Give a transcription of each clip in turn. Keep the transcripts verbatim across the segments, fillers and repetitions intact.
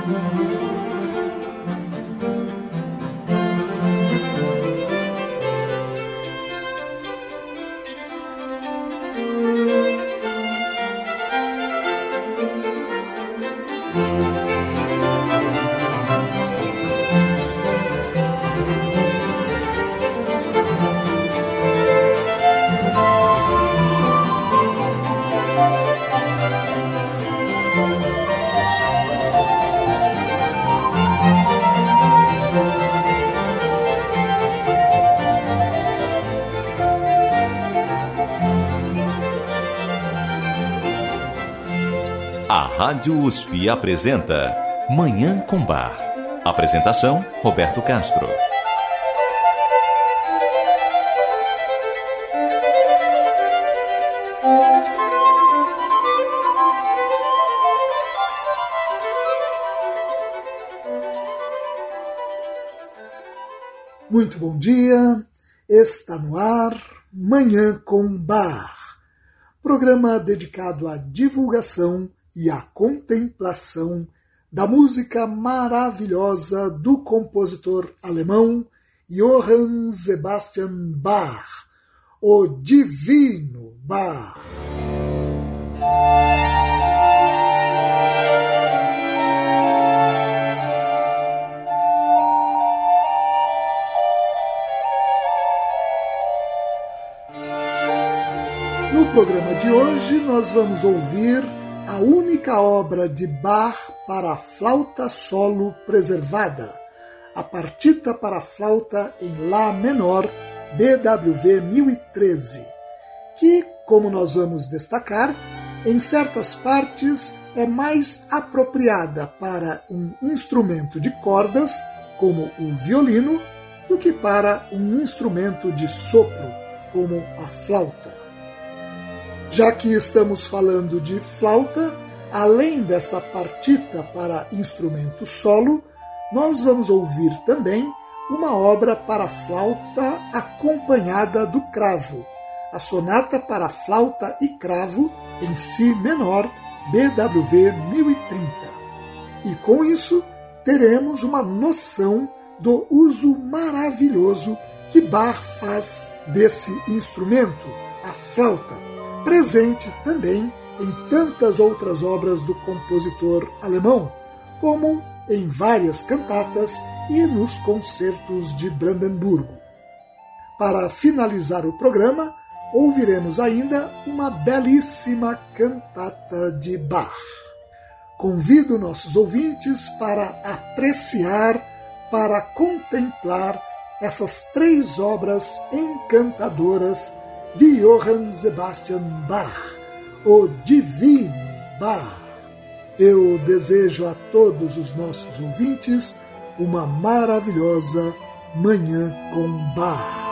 A Rádio U S P apresenta Manhã com Bar. Apresentação, Roberto Castro. Muito bom dia, está no ar Manhã com Bar, programa dedicado à divulgação e à contemplação da música maravilhosa do compositor alemão Johann Sebastian Bach, o Divino Bach. No programa de hoje nós vamos ouvir a única obra de Bach para flauta solo preservada, a partita para flauta em Lá menor, B W V mil e treze, que, como nós vamos destacar, em certas partes é mais apropriada para um instrumento de cordas, como o violino, do que para um instrumento de sopro, como a flauta. Já que estamos falando de flauta, além dessa partita para instrumento solo, nós vamos ouvir também uma obra para flauta acompanhada do cravo, a sonata para flauta e cravo em Si menor, B W V mil e trinta. E com isso, teremos uma noção do uso maravilhoso que Bach faz desse instrumento, a flauta, presente também em tantas outras obras do compositor alemão, como em várias cantatas e nos concertos de Brandemburgo. Para finalizar o programa, ouviremos ainda uma belíssima cantata de Bach. Convido nossos ouvintes para apreciar, para contemplar essas três obras encantadoras de Johann Sebastian Bach, o Divino Bach. Eu desejo a todos os nossos ouvintes uma maravilhosa Manhã com Bach.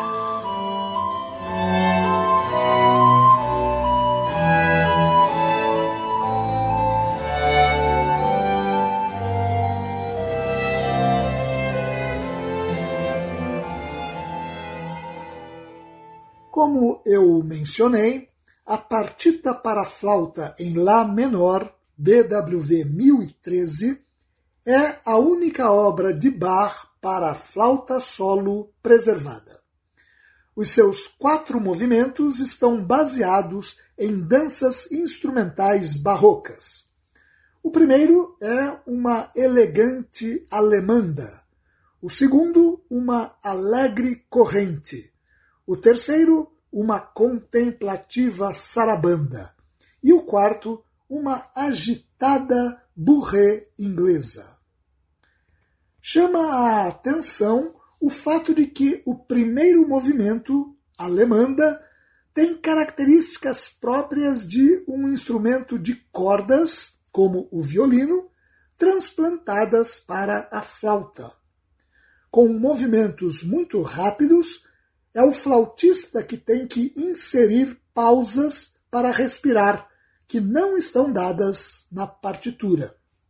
Como eu mencionei, a partita para flauta em Lá menor, B W V mil e treze, é a única obra de Bach para flauta solo preservada. Os seus quatro movimentos estão baseados em danças instrumentais barrocas. O primeiro é uma elegante alemanda, o segundo, uma alegre corrente, o terceiro, uma contemplativa sarabanda, e o quarto, uma agitada bourrée inglesa. Chama a atenção o fato de que o primeiro movimento, alemanda, tem características próprias de um instrumento de cordas, como o violino, transplantadas para a flauta. Com movimentos muito rápidos, é o flautista que tem que inserir pausas para respirar, que não estão dadas na partitura.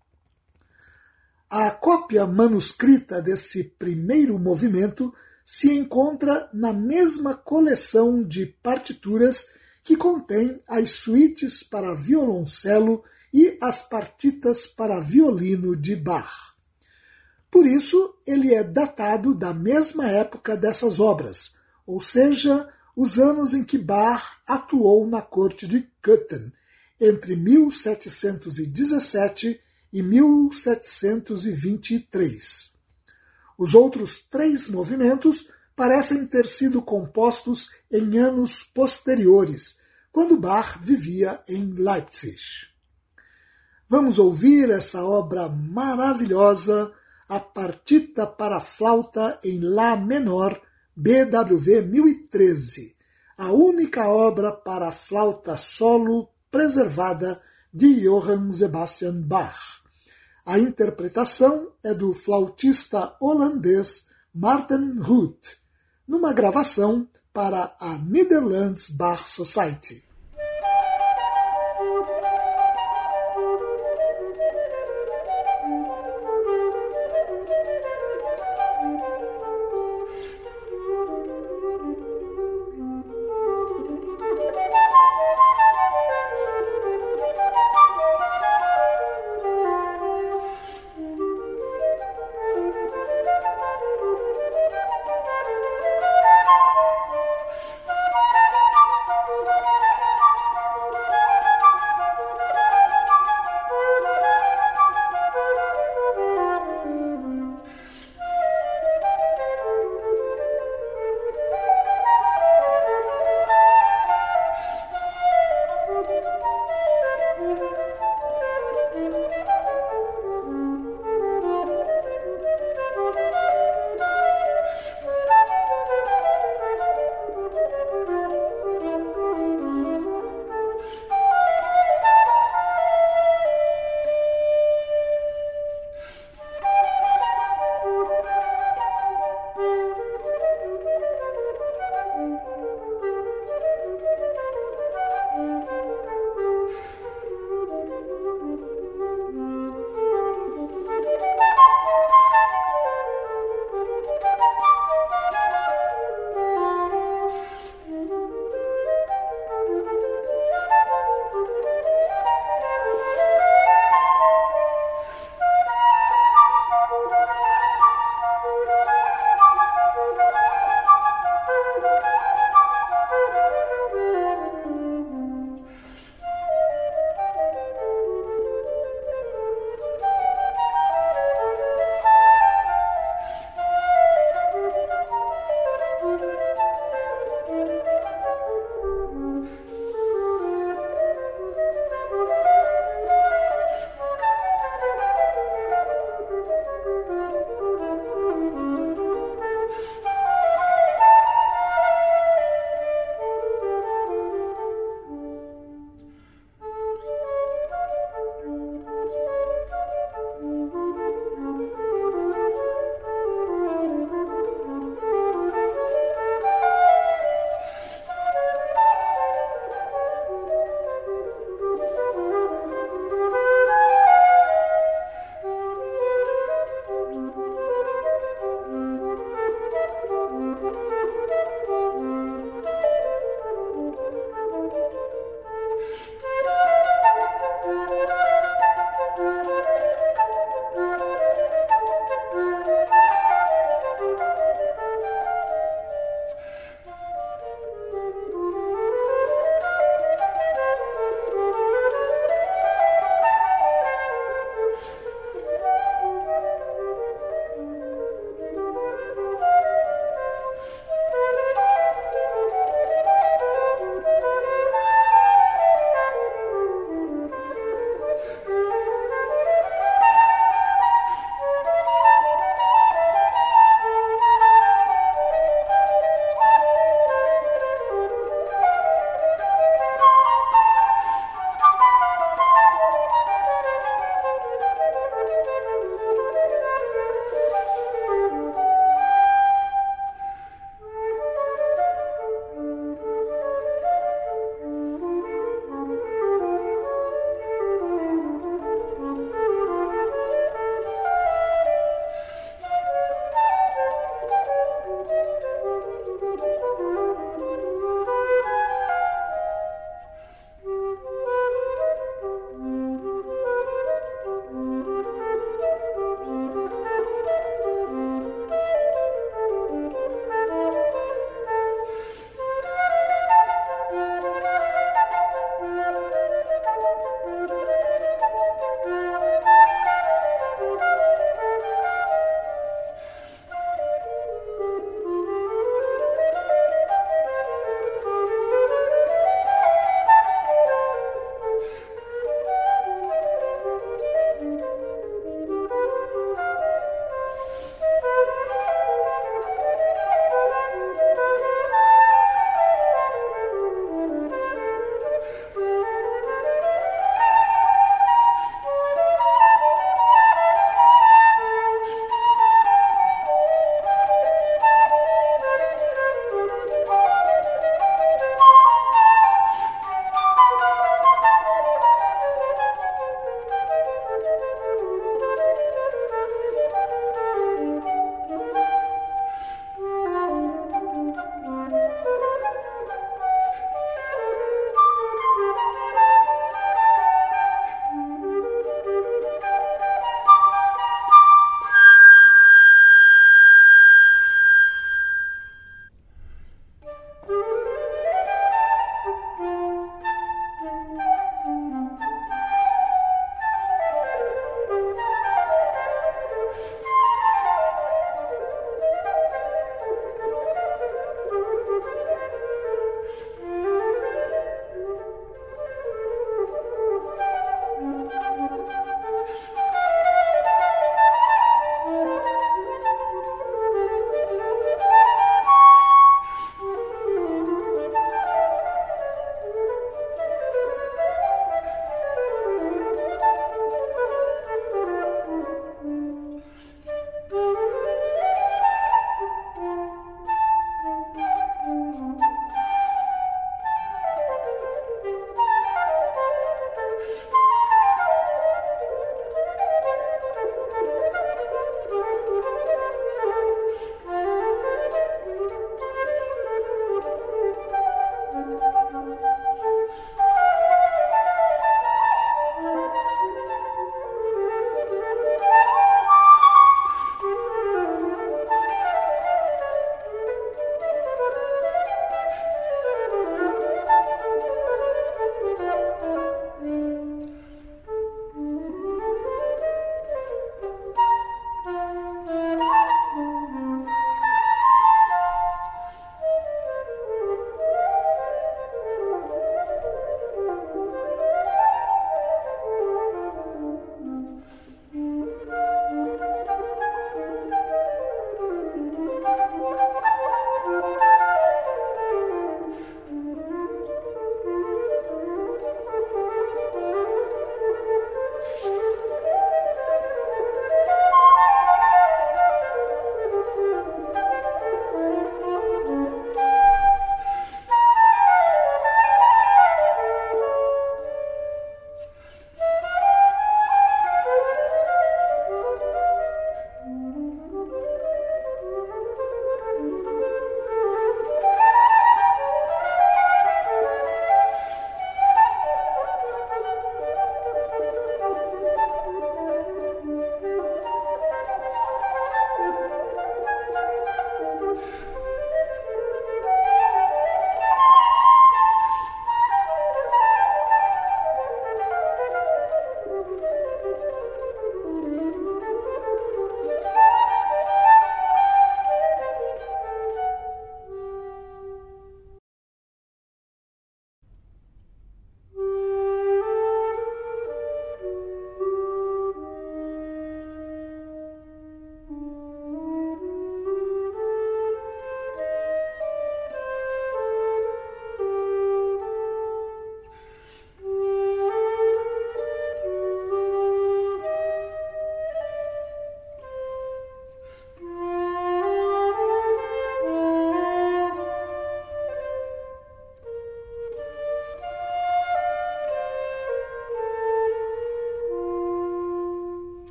A cópia manuscrita desse primeiro movimento se encontra na mesma coleção de partituras que contém as suítes para violoncelo e as partitas para violino de Bach. Por isso, ele é datado da mesma época dessas obras, ou seja, os anos em que Bach atuou na corte de Köthen, entre mil setecentos e dezessete e mil setecentos e vinte e três. Os outros três movimentos parecem ter sido compostos em anos posteriores, quando Bach vivia em Leipzig. Vamos ouvir essa obra maravilhosa, a Partita para Flauta em Lá menor, B W V mil e treze, a única obra para flauta solo preservada de Johann Sebastian Bach. A interpretação é do flautista holandês Maarten Ruud, numa gravação para a Netherlands Bach Society.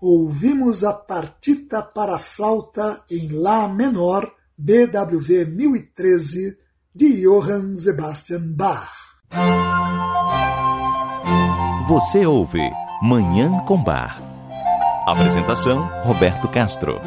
ouvimos a partita para flauta em Lá menor, B W V mil e treze, de Johann Sebastian Bach. Você ouve Manhã com Bar. Apresentação, Roberto Castro.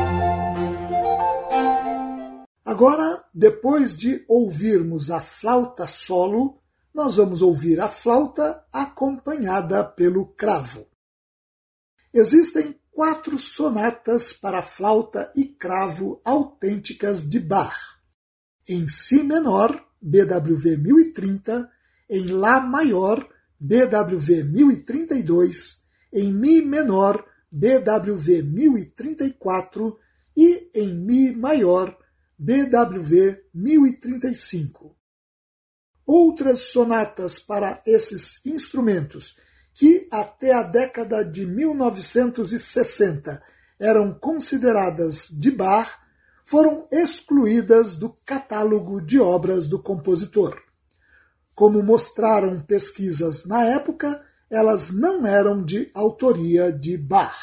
Agora, depois de ouvirmos a flauta solo, nós vamos ouvir a flauta acompanhada pelo cravo. Existem quatro sonatas para flauta e cravo autênticas de Bach. Em Si menor, B W V mil e trinta, em Lá maior, B W V mil e trinta e dois, em Mi menor, B W V mil e trinta e quatro e em Mi maior, B W V mil e trinta e cinco. Outras sonatas para esses instrumentos, que até a década de mil novecentos e sessenta eram consideradas de Bach, foram excluídas do catálogo de obras do compositor. Como mostraram pesquisas na época, elas não eram de autoria de Bach.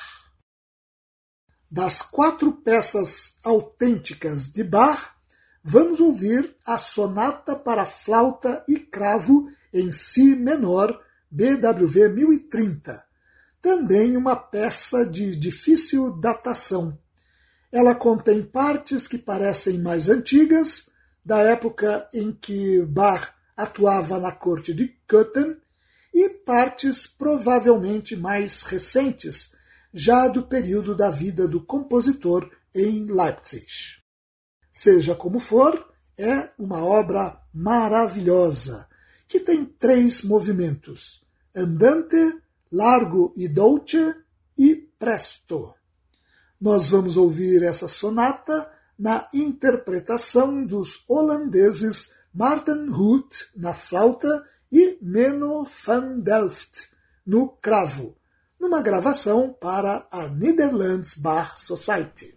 Das quatro peças autênticas de Bach, vamos ouvir a sonata para flauta e cravo em Si menor, B W V mil e trinta, também uma peça de difícil datação. Ela contém partes que parecem mais antigas, da época em que Bach atuava na corte de Köthen, e partes provavelmente mais recentes, já do período da vida do compositor em Leipzig. Seja como for, é uma obra maravilhosa, que tem três movimentos: andante, largo e dolce e presto. Nós vamos ouvir essa sonata na interpretação dos holandeses Maarten Hout na flauta e Menno van Delft no cravo, numa gravação para a Netherlands Bach Society.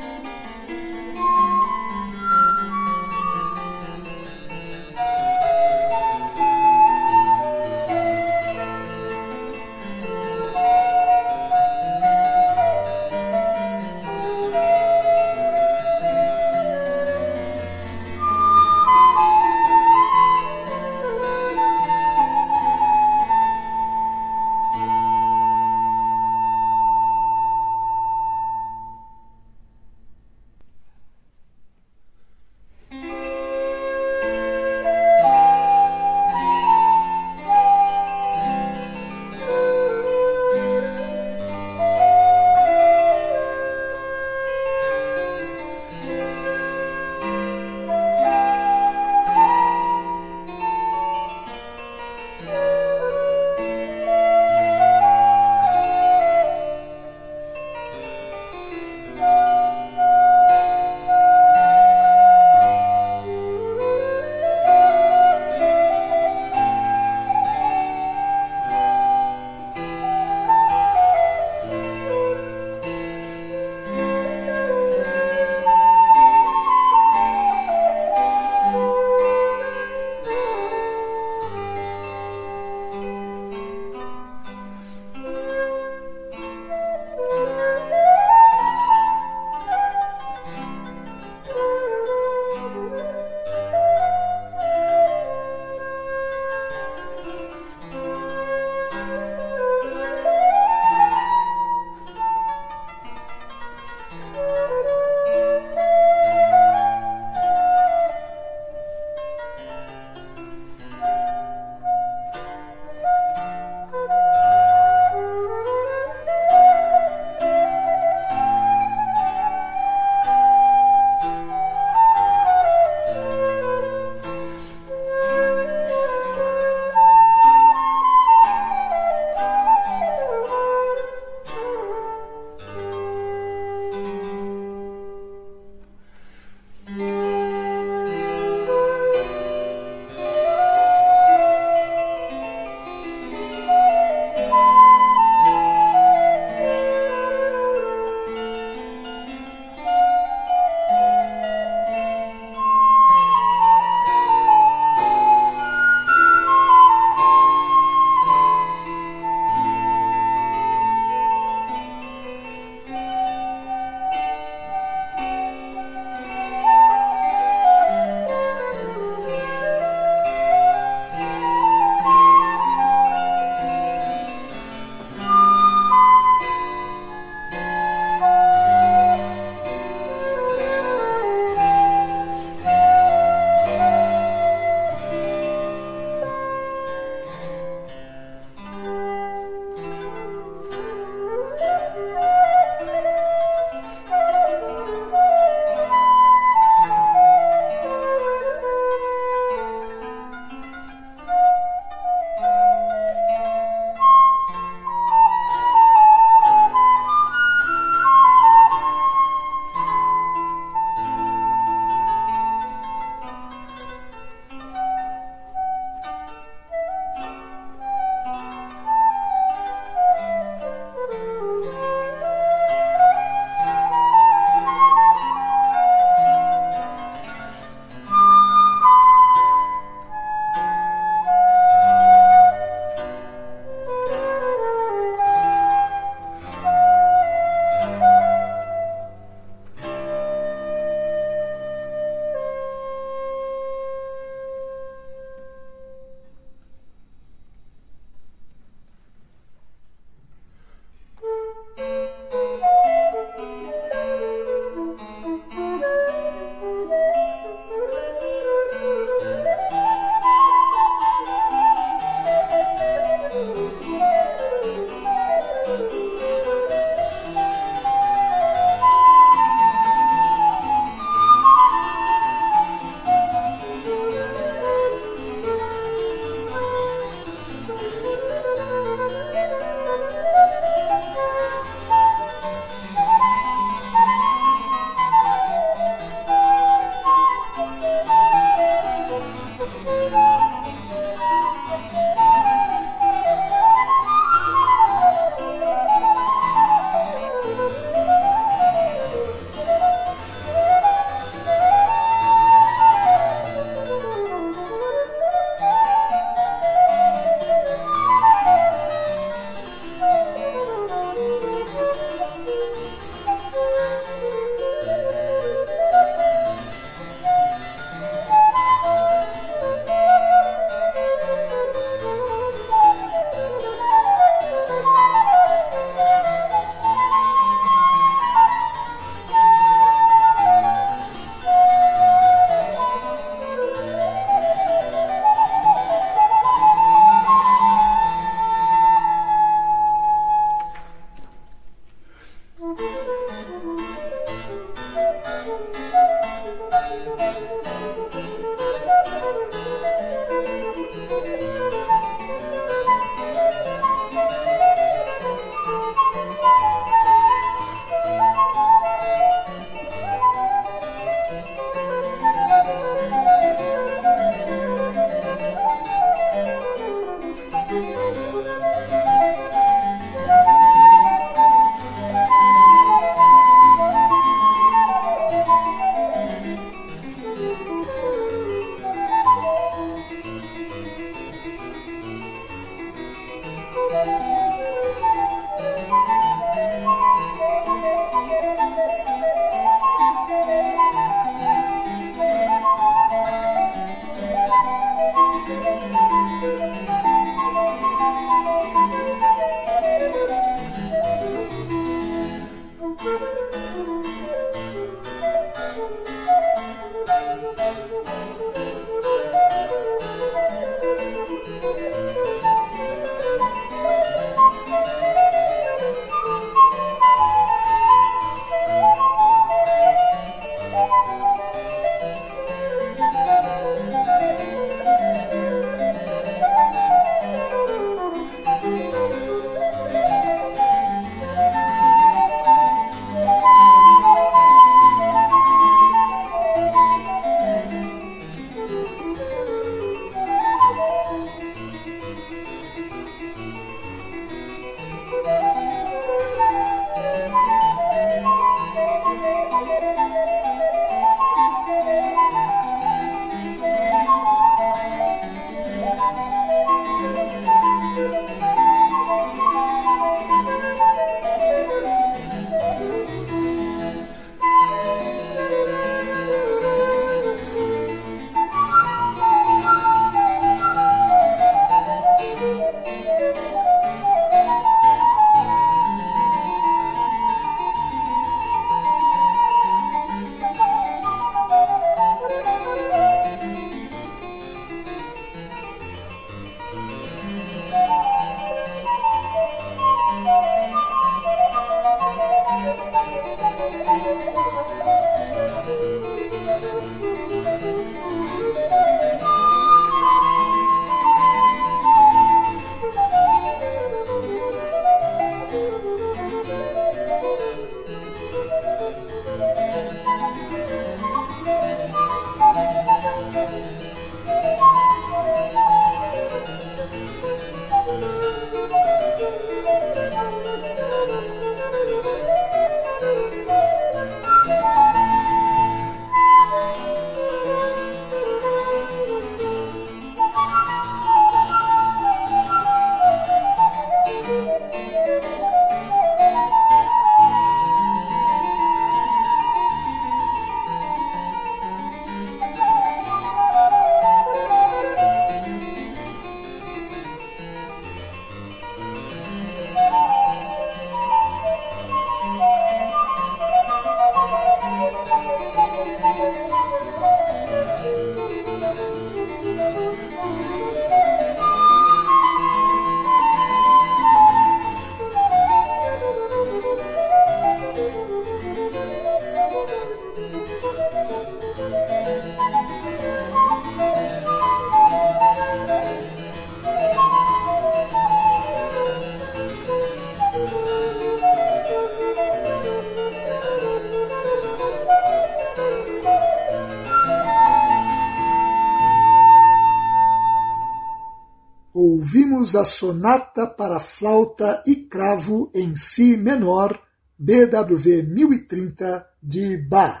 ouvimos a Sonata para Flauta e Cravo em Si menor, B W V mil e trinta, de Bach.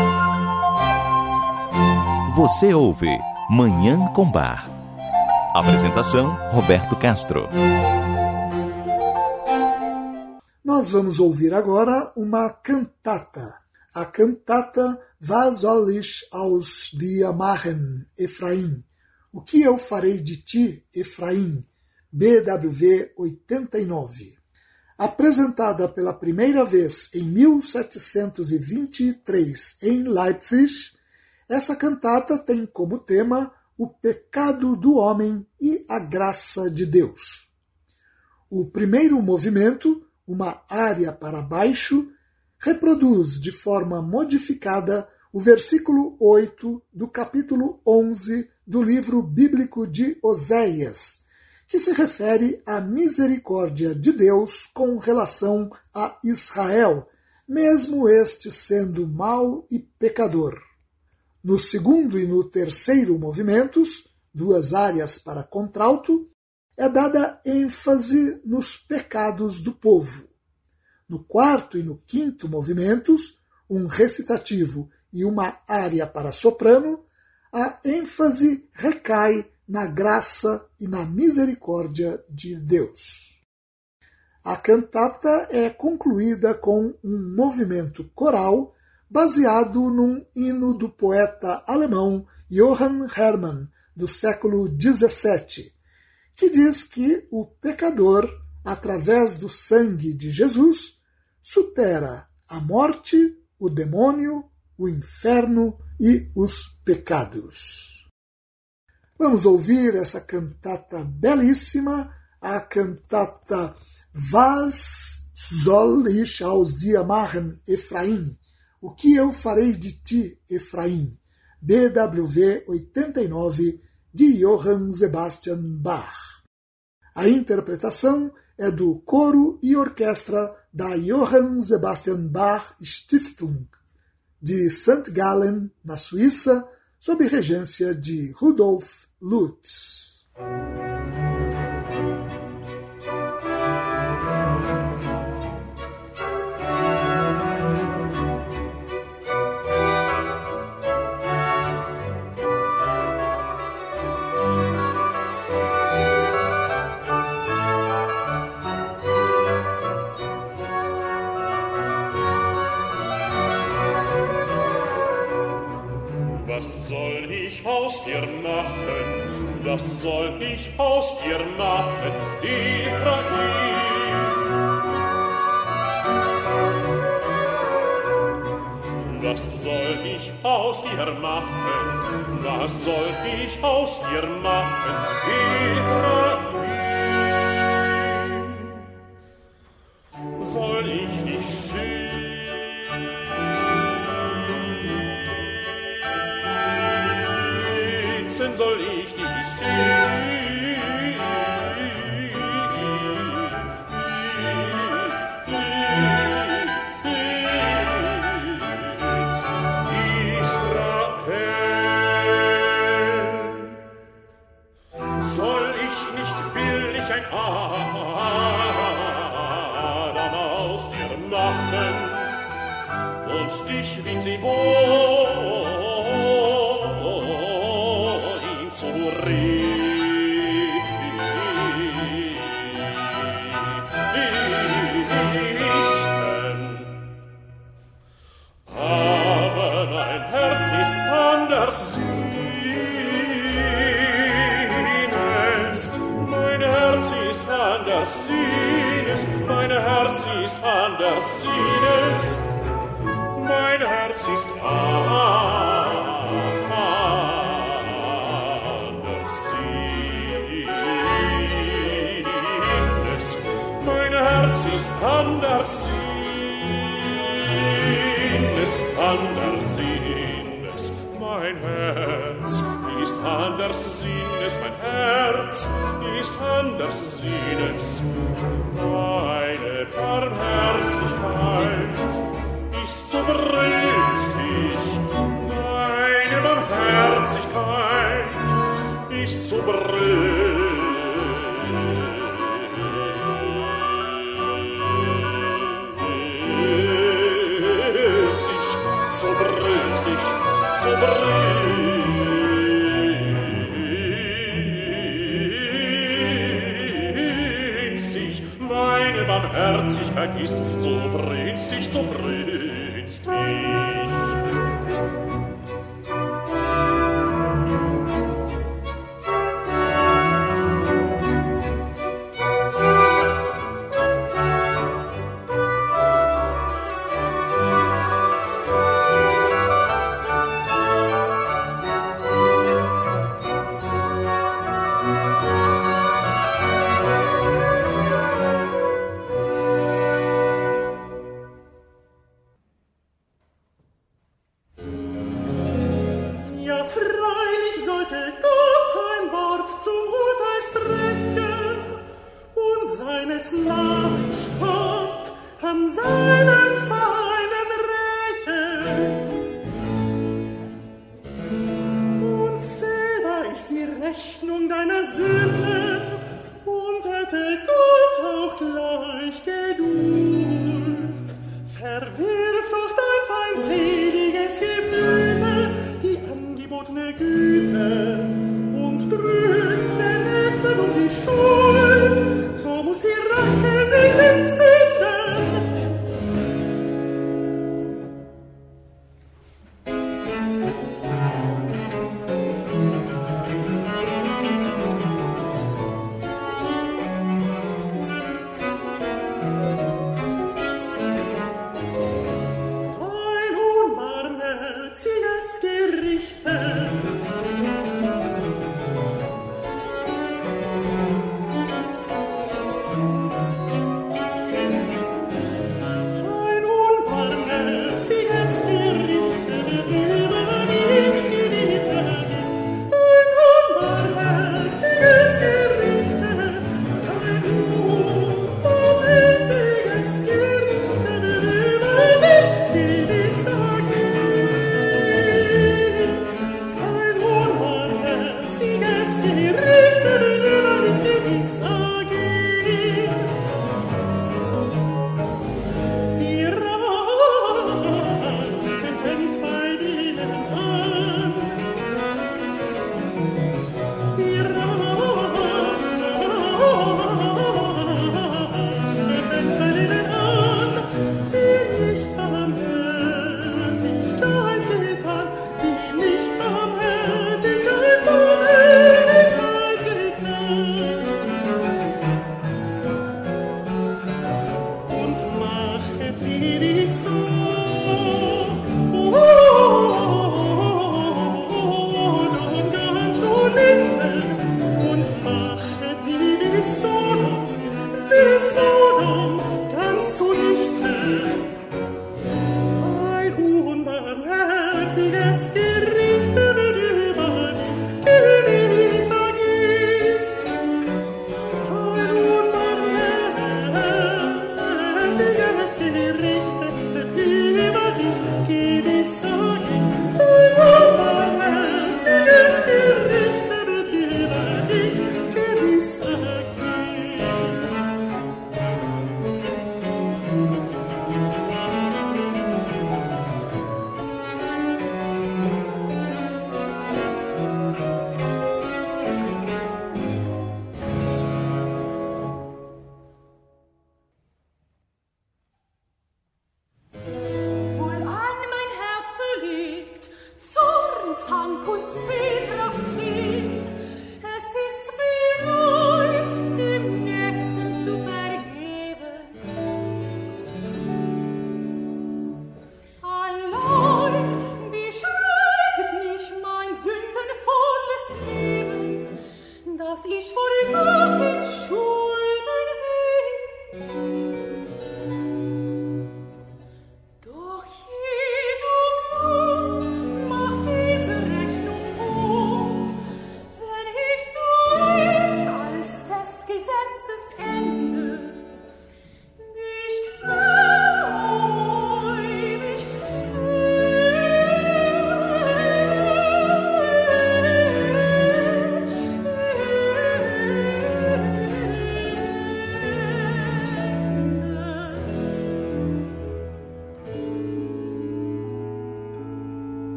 Você ouve Manhã com Bar. Apresentação, Roberto Castro. Nós vamos ouvir agora uma cantata. A cantata Was soll ich aus dir machen, Efraim? O que eu farei de ti, Efraim? B W V oitenta e nove. Apresentada pela primeira vez em mil setecentos e vinte e três em Leipzig, essa cantata tem como tema o pecado do homem e a graça de Deus. O primeiro movimento, uma área para baixo, reproduz de forma modificada o versículo oito do capítulo onze do livro bíblico de Oséias, que se refere à misericórdia de Deus com relação a Israel, mesmo este sendo mau e pecador. No segundo e no terceiro movimentos, duas áreas para contralto, é dada ênfase nos pecados do povo. No quarto e no quinto movimentos, um recitativo e uma área para soprano, a ênfase recai na graça e na misericórdia de Deus. A cantata é concluída com um movimento coral baseado num hino do poeta alemão Johann Hermann, do século dezessete, que diz que o pecador, através do sangue de Jesus, supera a morte, o demônio, o inferno e os pecados. Vamos ouvir essa cantata belíssima, a cantata Was soll ich aus dir machen, Efraim? O que eu farei de ti, Efraim? B W V oitenta e nove, de Johann Sebastian Bach. A interpretação é do coro e orquestra da Johann Sebastian Bach Stiftung, de Sankt Gallen, na Suíça, sob regência de Rudolf Lutz. Was soll ich aus dir machen? Was soll ich aus dir machen, Efraim? Was soll ich aus dir machen? Was soll ich aus dir machen, Efraim? Soll ich dich schützen? Soll ich dich Soll ich nicht billig ein Adam aus dir machen und dich wie sie wohnt zu richten. Aber mein Herz ist anders sinnes, mein Herz ist anders sinnes, mein Herz ist anders sinnes, mein Herz ist anders sinnes, mein Herz ist anders sinnes, anders sinnes, mein Herz ist anders sinnes, mein Herz ist anders sinnes, meine Barmherzigkeit ist so brünstig, meine Barmherzigkeit ist so brünstig. ist, so brünstig, so brünstig.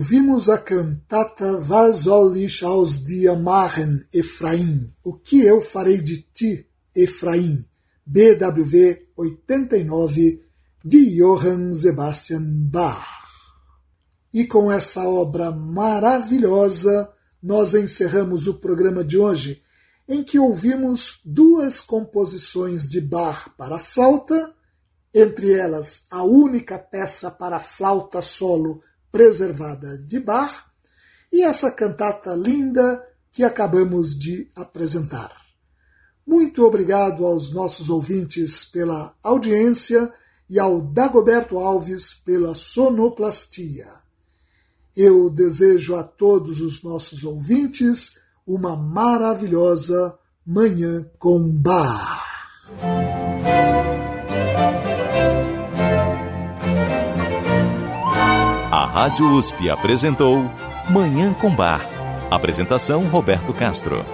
ouvimos a cantata Was soll ich aus dir machen, Efraim? O que eu farei de ti, Efraim? B W V oitenta e nove, de Johann Sebastian Bach. E com essa obra maravilhosa, nós encerramos o programa de hoje, em que ouvimos duas composições de Bach para flauta, entre elas a única peça para flauta solo preservada de Bach, e essa cantata linda que acabamos de apresentar. Muito obrigado aos nossos ouvintes pela audiência e ao Dagoberto Alves pela sonoplastia. Eu desejo a todos os nossos ouvintes uma maravilhosa Manhã com Bach. A Rádio U S P apresentou Manhã com Bach. Apresentação Roberto Castro.